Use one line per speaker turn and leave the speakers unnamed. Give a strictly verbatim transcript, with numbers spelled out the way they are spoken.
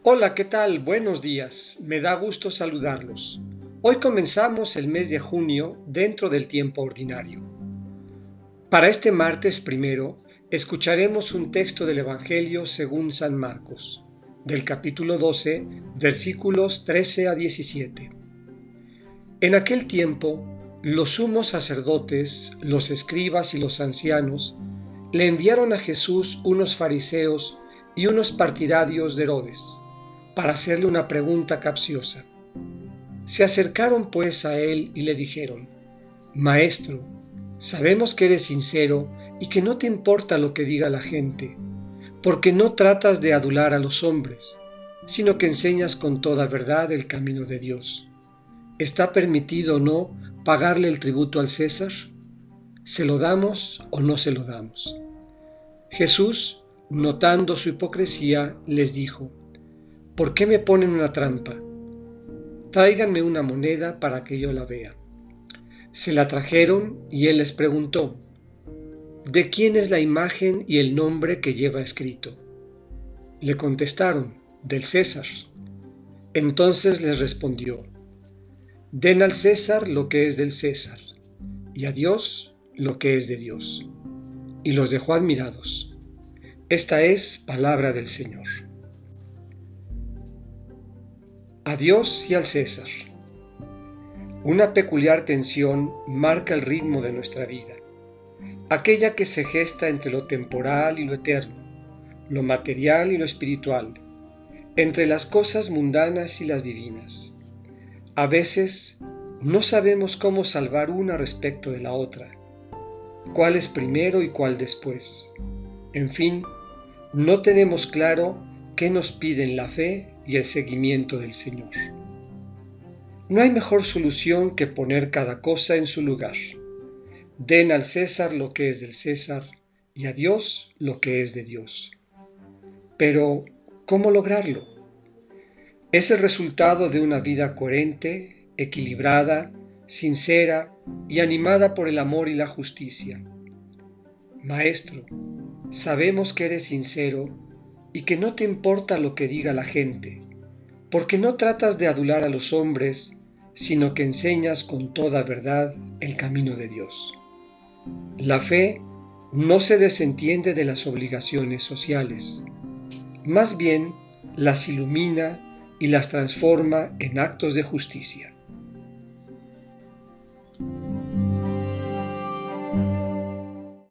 Hola, ¿qué tal? Buenos días. Me da gusto saludarlos. Hoy comenzamos el mes de junio dentro del tiempo ordinario. Para este martes primero, escucharemos un texto del Evangelio según San Marcos, del capítulo doce, versículos trece a diecisiete. En aquel tiempo, los sumos sacerdotes, los escribas y los ancianos le enviaron a Jesús unos fariseos y unos partidarios de Herodes, para hacerle una pregunta capciosa. Se acercaron pues a él y le dijeron: Maestro, sabemos que eres sincero y que no te importa lo que diga la gente, porque no tratas de adular a los hombres, sino que enseñas con toda verdad el camino de Dios. ¿Está permitido o no pagarle el tributo al César? ¿Se lo damos o no se lo damos? Jesús, notando su hipocresía, les dijo: ¿Por qué me ponen una trampa? Tráiganme una moneda para que yo la vea. Se la trajeron y él les preguntó: ¿De quién es la imagen y el nombre que lleva escrito? Le contestaron: del César. Entonces les respondió: Den al César lo que es del César, y a Dios lo que es de Dios. Y los dejó admirados. Esta es palabra del Señor. A Dios y al César. Una peculiar tensión marca el ritmo de nuestra vida, aquella que se gesta entre lo temporal y lo eterno, lo material y lo espiritual, entre las cosas mundanas y las divinas. A veces no sabemos cómo salvar una respecto de la otra, cuál es primero y cuál después. En fin, no tenemos claro qué nos piden la fe y el seguimiento del Señor. No hay mejor solución que poner cada cosa en su lugar. Den al César lo que es del César y a Dios lo que es de Dios. Pero, ¿cómo lograrlo? Es el resultado de una vida coherente, equilibrada, sincera y animada por el amor y la justicia. Maestro, sabemos que eres sincero y que no te importa lo que diga la gente, porque no tratas de adular a los hombres, sino que enseñas con toda verdad el camino de Dios. La fe no se desentiende de las obligaciones sociales, más bien las ilumina y las transforma en actos de justicia.